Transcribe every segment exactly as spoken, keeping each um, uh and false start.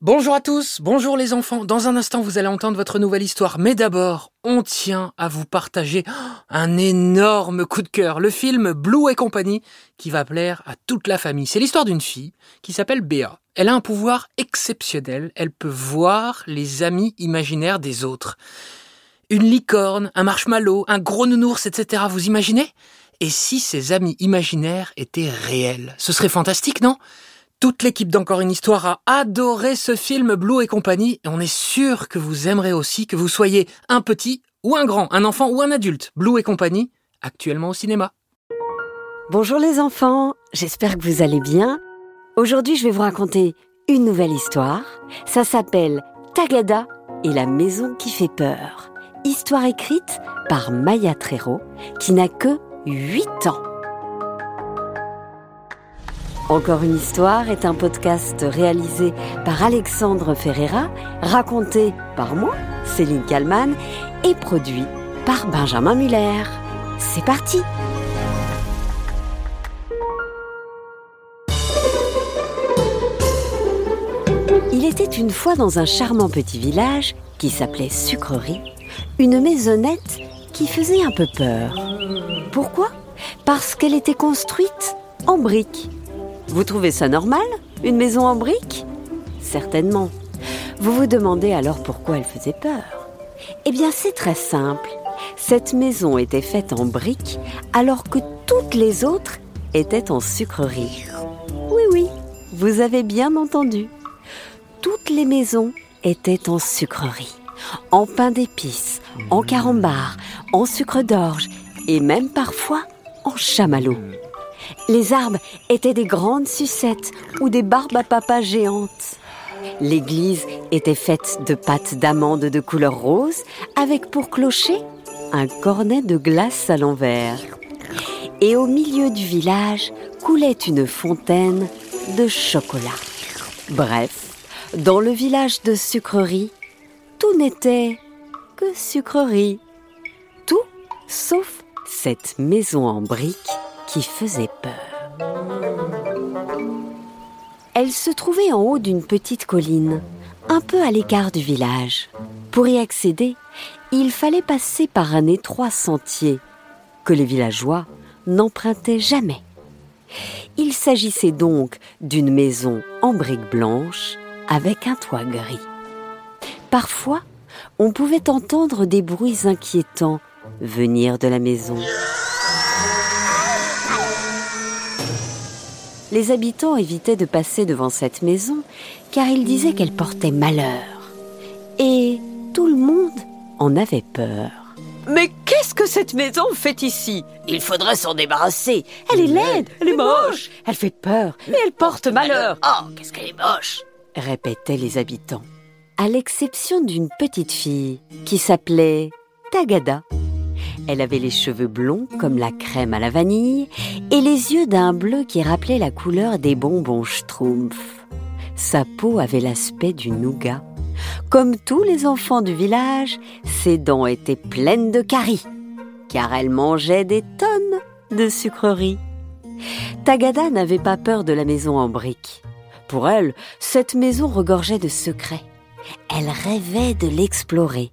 Bonjour à tous, bonjour les enfants. Dans un instant, vous allez entendre votre nouvelle histoire. Mais d'abord, on tient à vous partager un énorme coup de cœur. Le film Blue et compagnie qui va plaire à toute la famille. C'est l'histoire d'une fille qui s'appelle Béa. Elle a un pouvoir exceptionnel. Elle peut voir les amis imaginaires des autres. Une licorne, un marshmallow, un gros nounours, et cetera. Vous imaginez ? Et si ces amis imaginaires étaient réels ? Ce serait fantastique, non ? Toute l'équipe d'Encore une Histoire a adoré ce film Blue et compagnie et on est sûr que vous aimerez aussi, que vous soyez un petit ou un grand, un enfant ou un adulte. Blue et compagnie, actuellement au cinéma. Bonjour les enfants, j'espère que vous allez bien. Aujourd'hui, je vais vous raconter une nouvelle histoire. Ça s'appelle Tagada et la maison qui fait peur. Histoire écrite par Maya Trero, qui n'a que huit ans. Encore une histoire est un podcast réalisé par Alexandre Ferreira, raconté par moi, Céline Kallmann, et produit par Benjamin Muller. C'est parti! Il était une fois dans un charmant petit village qui s'appelait Sucrerie, une maisonnette qui faisait un peu peur. Pourquoi ? Parce qu'elle était construite en briques. Vous trouvez ça normal, une maison en briques ? Certainement. Vous vous demandez alors pourquoi elle faisait peur ? Eh bien, c'est très simple. Cette maison était faite en briques alors que toutes les autres étaient en sucrerie. Oui, oui, vous avez bien entendu. Toutes les maisons étaient en sucrerie, en pain d'épices, en carambar, en sucre d'orge et même parfois en chamallow. Les arbres étaient des grandes sucettes ou des barbes à papa géantes. L'église était faite de pâtes d'amandes de couleur rose avec pour clocher un cornet de glace à l'envers. Et au milieu du village coulait une fontaine de chocolat. Bref, dans le village de Sucrerie, tout n'était que sucrerie. Tout sauf cette maison en briques qui faisait peur. Elle se trouvait en haut d'une petite colline, un peu à l'écart du village. Pour y accéder, il fallait passer par un étroit sentier que les villageois n'empruntaient jamais. Il s'agissait donc d'une maison en briques blanches avec un toit gris. Parfois, on pouvait entendre des bruits inquiétants venir de la maison. Les habitants évitaient de passer devant cette maison car ils disaient qu'elle portait malheur. Et tout le monde en avait peur. Mais qu'est-ce que cette maison fait ici ? Il faudrait s'en débarrasser. Elle est laide, elle est moche, elle fait peur et elle porte malheur. Oh, qu'est-ce qu'elle est moche ! Répétaient les habitants. À l'exception d'une petite fille qui s'appelait Tagada. Elle avait les cheveux blonds comme la crème à la vanille et les yeux d'un bleu qui rappelait la couleur des bonbons Schtroumpf. Sa peau avait l'aspect du nougat. Comme tous les enfants du village, ses dents étaient pleines de caries, car elle mangeait des tonnes de sucreries. Tagada n'avait pas peur de la maison en briques. Pour elle, cette maison regorgeait de secrets. Elle rêvait de l'explorer.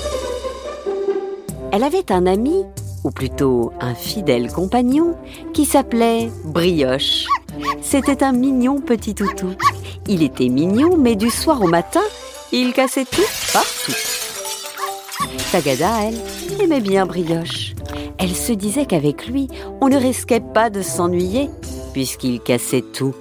Elle avait un ami, ou plutôt un fidèle compagnon, qui s'appelait Brioche. C'était un mignon petit toutou. Il était mignon, mais du soir au matin, il cassait tout partout. Tagada, elle, aimait bien Brioche. Elle se disait qu'avec lui, on ne risquait pas de s'ennuyer, puisqu'il cassait tout.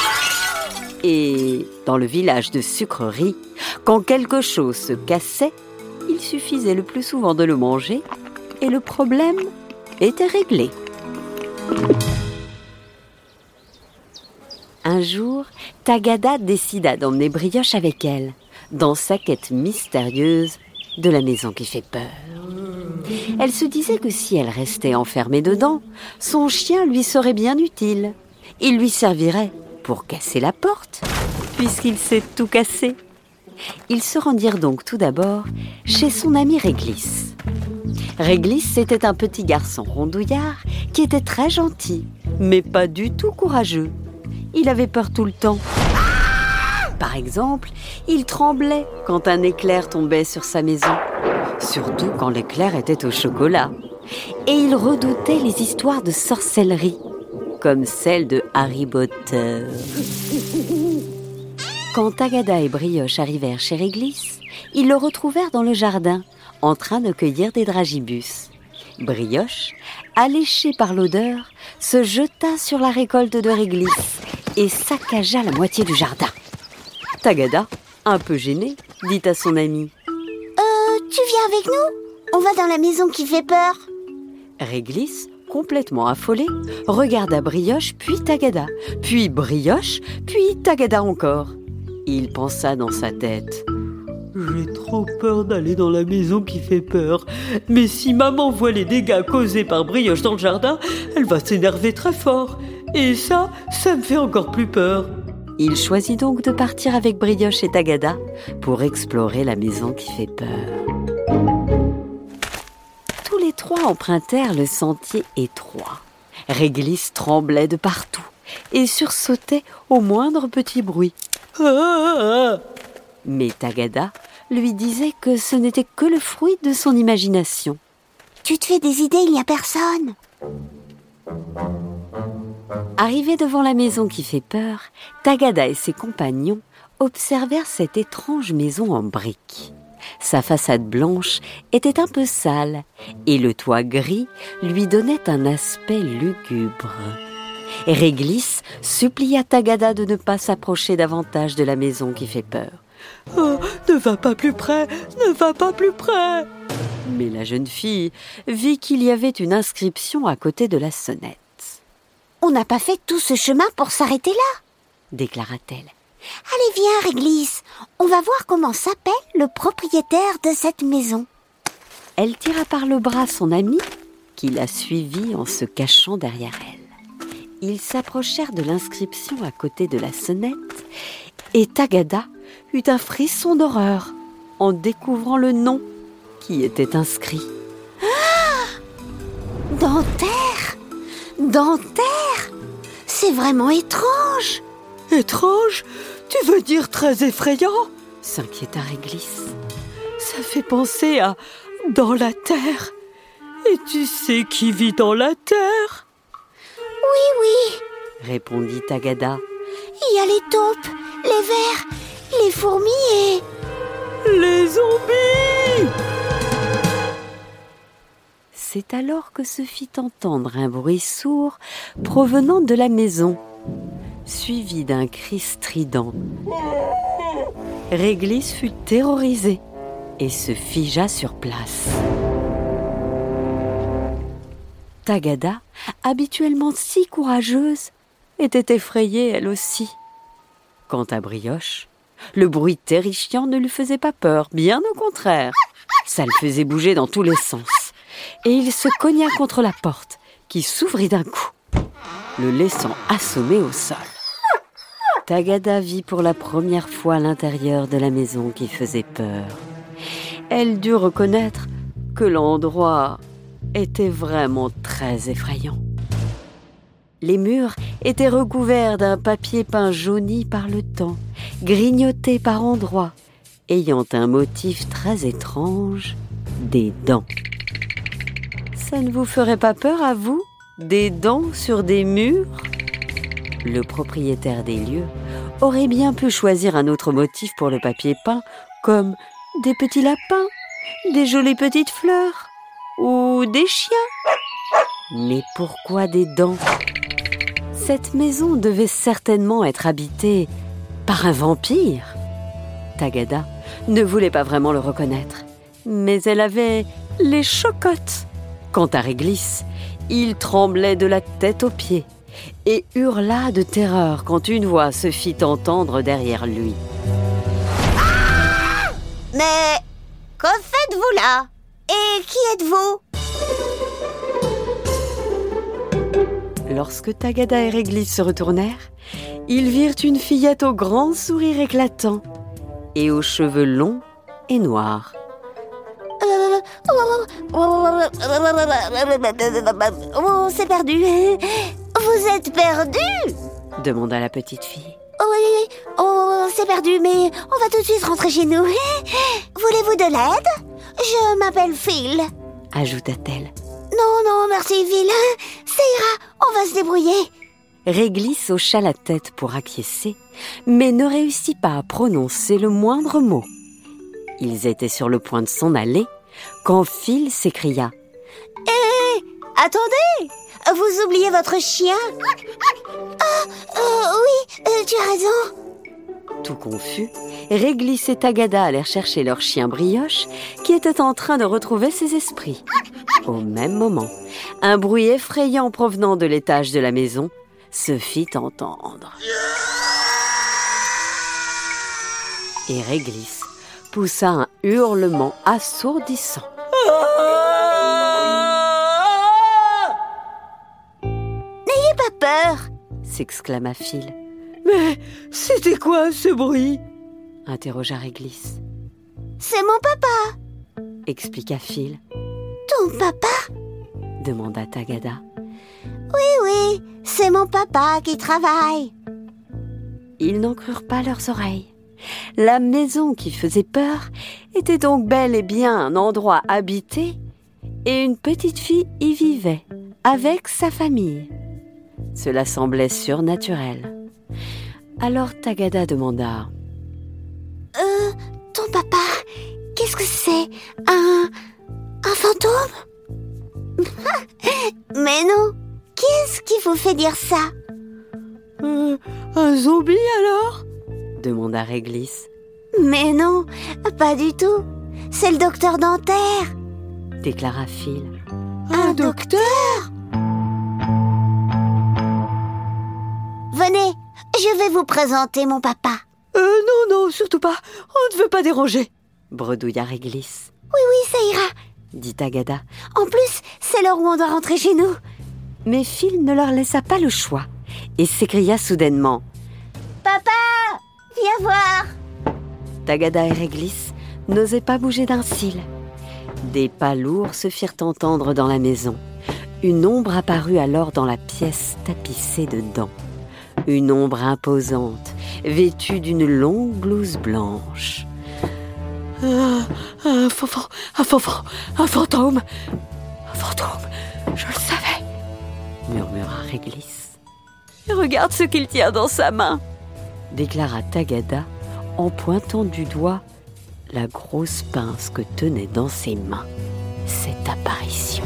Et dans le village de Sucrerie, quand quelque chose se cassait, il suffisait le plus souvent de le manger et le problème était réglé. Un jour, Tagada décida d'emmener Brioche avec elle dans sa quête mystérieuse de la maison qui fait peur. Elle se disait que si elle restait enfermée dedans, son chien lui serait bien utile. Il lui servirait pour casser la porte, puisqu'il sait tout casser. Ils se rendirent donc tout d'abord chez son ami Réglisse. Réglisse, c'était un petit garçon rondouillard qui était très gentil, mais pas du tout courageux. Il avait peur tout le temps. Par exemple, il tremblait quand un éclair tombait sur sa maison, surtout quand l'éclair était au chocolat. Et il redoutait les histoires de sorcellerie, comme celle de Harry Potter. Quand Tagada et Brioche arrivèrent chez Réglisse, ils le retrouvèrent dans le jardin, en train de cueillir des dragibus. Brioche, alléchée par l'odeur, se jeta sur la récolte de Réglisse et saccagea la moitié du jardin. Tagada, un peu gênée, dit à son ami: « Euh, tu viens avec nous ? On va dans la maison qui fait peur. » Réglisse, complètement affolée, regarda Brioche, puis Tagada, puis Brioche, puis Tagada encore. Il pensa dans sa tête: J'ai trop peur d'aller dans la maison qui fait peur. Mais si maman voit les dégâts causés par Brioche dans le jardin, elle va s'énerver très fort. Et ça, ça me fait encore plus peur. Il choisit donc de partir avec Brioche et Tagada pour explorer la maison qui fait peur. Tous les trois empruntèrent le sentier étroit. Réglisse tremblait de partout et sursautait au moindre petit bruit. Ah! Mais Tagada lui disait que ce n'était que le fruit de son imagination. « Tu te fais des idées, il n'y a personne. » Arrivés devant la maison qui fait peur, Tagada et ses compagnons observèrent cette étrange maison en briques. Sa façade blanche était un peu sale et le toit gris lui donnait un aspect lugubre. Réglisse supplia Tagada de ne pas s'approcher davantage de la maison qui fait peur. « Oh, ne va pas plus près, ne va pas plus près !» Mais la jeune fille vit qu'il y avait une inscription à côté de la sonnette. « On n'a pas fait tout ce chemin pour s'arrêter là, » déclara-t-elle. « Allez, viens, Réglisse, on va voir comment s'appelle le propriétaire de cette maison. » Elle tira par le bras son amie, qui la suivit en se cachant derrière elle. Ils s'approchèrent de l'inscription à côté de la sonnette et Tagada eut un frisson d'horreur en découvrant le nom qui était inscrit. Ah ! Dentaire ! Dentaire ! C'est vraiment étrange !» « Étrange ? Tu veux dire très effrayant ?» s'inquiéta Réglisse. « Ça fait penser à « dans la terre ». Et tu sais qui vit dans la terre ? Oui, oui, répondit Tagada. Il y a les taupes, les vers, les fourmis et... les zombies ! C'est alors que se fit entendre un bruit sourd provenant de la maison, suivi d'un cri strident. Réglisse fut terrorisée et se figea sur place. Tagada, habituellement si courageuse, était effrayée elle aussi. Quant à Brioche, le bruit terrifiant ne lui faisait pas peur, bien au contraire. Ça le faisait bouger dans tous les sens. Et il se cogna contre la porte, qui s'ouvrit d'un coup, le laissant assommer au sol. Tagada vit pour la première fois l'intérieur de la maison qui faisait peur. Elle dut reconnaître que l'endroit était vraiment très effrayant. Les murs étaient recouverts d'un papier peint jauni par le temps, grignoté par endroits, ayant un motif très étrange, des dents. Ça ne vous ferait pas peur à vous, des dents sur des murs ? Le propriétaire des lieux aurait bien pu choisir un autre motif pour le papier peint, comme des petits lapins, des jolies petites fleurs ou des chiens. Mais pourquoi des dents ? Cette maison devait certainement être habitée par un vampire. Tagada ne voulait pas vraiment le reconnaître, mais elle avait les chocottes. Quant à Réglisse, il tremblait de la tête aux pieds et hurla de terreur quand une voix se fit entendre derrière lui. Ah ! Mais que faites-vous là ? Et qui êtes-vous ? Lorsque Tagada et Réglisse se retournèrent, ils virent une fillette au grand sourire éclatant et aux cheveux longs et noirs. Euh, oh, oh, oh, c'est perdu. Vous êtes perdu ? demanda la petite fille. Oui, oh, Oh, c'est perdu, mais on va tout de suite rentrer chez nous. Voulez-vous de l'aide? Je m'appelle Phil. Ajouta-t-elle. Non, non, merci Phil. Ça ira, on va se débrouiller. Réglisse hocha la tête pour acquiescer, mais ne réussit pas à prononcer le moindre mot. Ils étaient sur le point de s'en aller quand Phil s'écria. « Hé, attendez! Vous oubliez votre chien ?»« Ah, euh, oui, euh, tu as raison. » Tout confus, Réglisse et Tagada allèrent chercher leur chien Brioche qui était en train de retrouver ses esprits. Au même moment, un bruit effrayant provenant de l'étage de la maison se fit entendre. Et Réglisse poussa un hurlement assourdissant. N'ayez pas peur, s'exclama Phil. Mais c'était quoi ce bruit? Interrogea Réglisse. c'est mon papa. Expliqua Phil. Ton papa? Demanda Tagada. Oui, oui, c'est mon papa qui travaille. Ils n'en crurent pas leurs oreilles. La maison qui faisait peur était donc bel et bien un endroit habité et une petite fille y vivait avec sa famille. Cela semblait surnaturel. Alors Tagada demanda. Euh, ton papa, qu'est-ce que c'est? Un... un fantôme? Mais non, qu'est-ce qui vous fait dire ça? Euh, un zombie alors? Demanda Réglisse. Mais non, pas du tout. C'est le docteur Dentaire. Déclara Phil. Un docteur? Venez, je vais vous présenter mon papa. Euh, non, non, surtout pas. On ne veut pas déranger. Bredouilla Réglisse. Oui, oui, ça ira. Dit Tagada. En plus, c'est l'heure où on doit rentrer chez nous. Mais Phil ne leur laissa pas le choix et s'écria soudainement. Papa, viens voir. Tagada et Réglisse n'osaient pas bouger d'un cil. Des pas lourds se firent entendre dans la maison. Une ombre apparut alors dans la pièce tapissée de dents. Une ombre imposante, vêtue d'une longue blouse blanche. Un, un, fanfan, un, fanfan, un fantôme. Un fantôme, je le savais. Murmura Réglisse. Regarde ce qu'il tient dans sa main. Déclara Tagada en pointant du doigt la grosse pince que tenait dans ses mains cette apparition.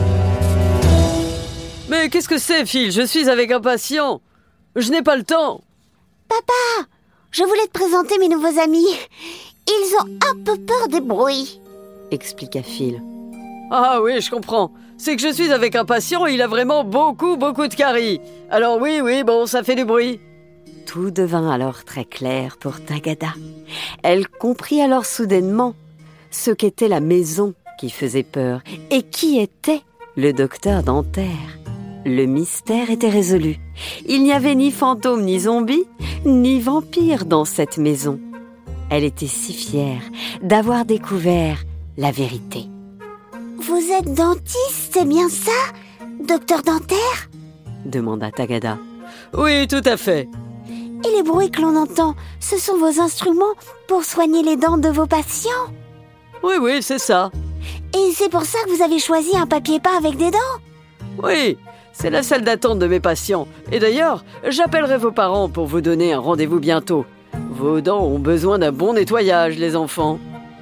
Mais qu'est-ce que c'est, Phil? Je suis avec un patient. Je n'ai pas le temps. Papa, je voulais te présenter mes nouveaux amis. Ils ont un peu peur des bruits. Expliqua Phil. Ah oui, je comprends. C'est que je suis avec un patient et il a vraiment beaucoup, beaucoup de caries. Alors oui, oui, bon, ça fait du bruit. Tout devint alors très clair pour Tagada. Elle comprit alors soudainement ce qu'était la maison qui faisait peur et qui était le docteur Dentaire. Le mystère était résolu. Il n'y avait ni fantôme, ni zombie, ni vampire dans cette maison. Elle était si fière d'avoir découvert la vérité. Vous êtes dentiste, c'est bien ça, docteur Dentaire? Demanda Tagada. Oui, tout à fait. Et les bruits que l'on entend, ce sont vos instruments pour soigner les dents de vos patients? Oui, oui, c'est ça. Et c'est pour ça que vous avez choisi un papier peint avec des dents? Oui, c'est la salle d'attente de mes patients. Et d'ailleurs, j'appellerai vos parents pour vous donner un rendez-vous bientôt. Vos dents ont besoin d'un bon nettoyage, les enfants.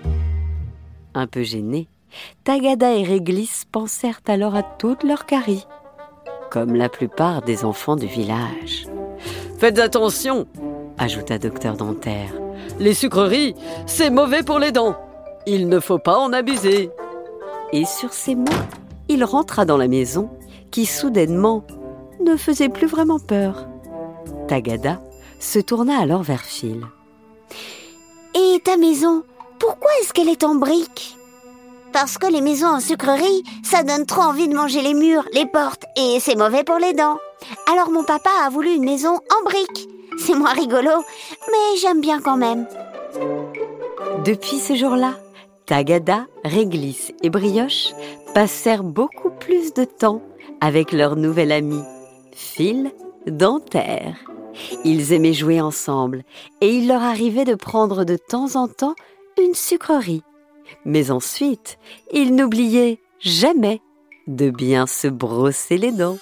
Un peu gênés, Tagada et Réglisse pensèrent alors à toutes leurs caries, comme la plupart des enfants du village. Faites attention, ajouta docteur Dentaire. Les sucreries, c'est mauvais pour les dents. Il ne faut pas en abuser. Et sur ces mots, il rentra dans la maison qui, soudainement, ne faisait plus vraiment peur. Tagada se tourna alors vers Phil. Et ta maison, pourquoi est-ce qu'elle est en briques? Parce que les maisons en sucrerie, ça donne trop envie de manger les murs, les portes, et c'est mauvais pour les dents. Alors mon papa a voulu une maison en briques. C'est moins rigolo, mais j'aime bien quand même. Depuis ce jour-là, Tagada, Réglisse et Brioche passèrent beaucoup plus de temps avec leur nouvel ami, Phil Dentaire. Ils aimaient jouer ensemble et il leur arrivait de prendre de temps en temps une sucrerie. Mais ensuite, ils n'oubliaient jamais de bien se brosser les dents.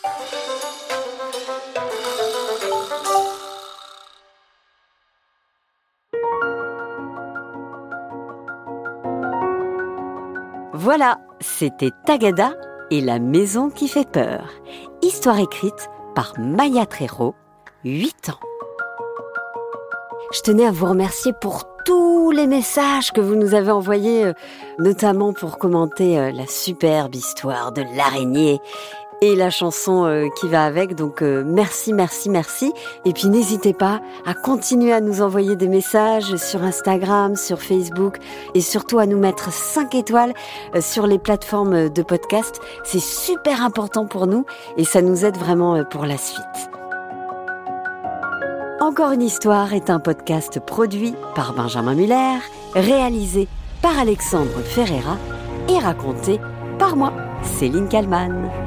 Voilà, c'était Tagada et la maison qui fait peur. Histoire écrite par Maya Trero, huit ans. Je tenais à vous remercier pour tous les messages que vous nous avez envoyés, euh, notamment pour commenter euh, la superbe histoire de l'araignée et la chanson euh, qui va avec. Donc euh, merci, merci, merci. Et puis n'hésitez pas à continuer à nous envoyer des messages sur Instagram, sur Facebook et surtout à nous mettre cinq étoiles euh, sur les plateformes de podcast. C'est super important pour nous et ça nous aide vraiment euh, pour la suite. Encore une histoire est un podcast produit par Benjamin Muller, réalisé par Alexandre Ferreira et raconté par moi, Céline Kallmann.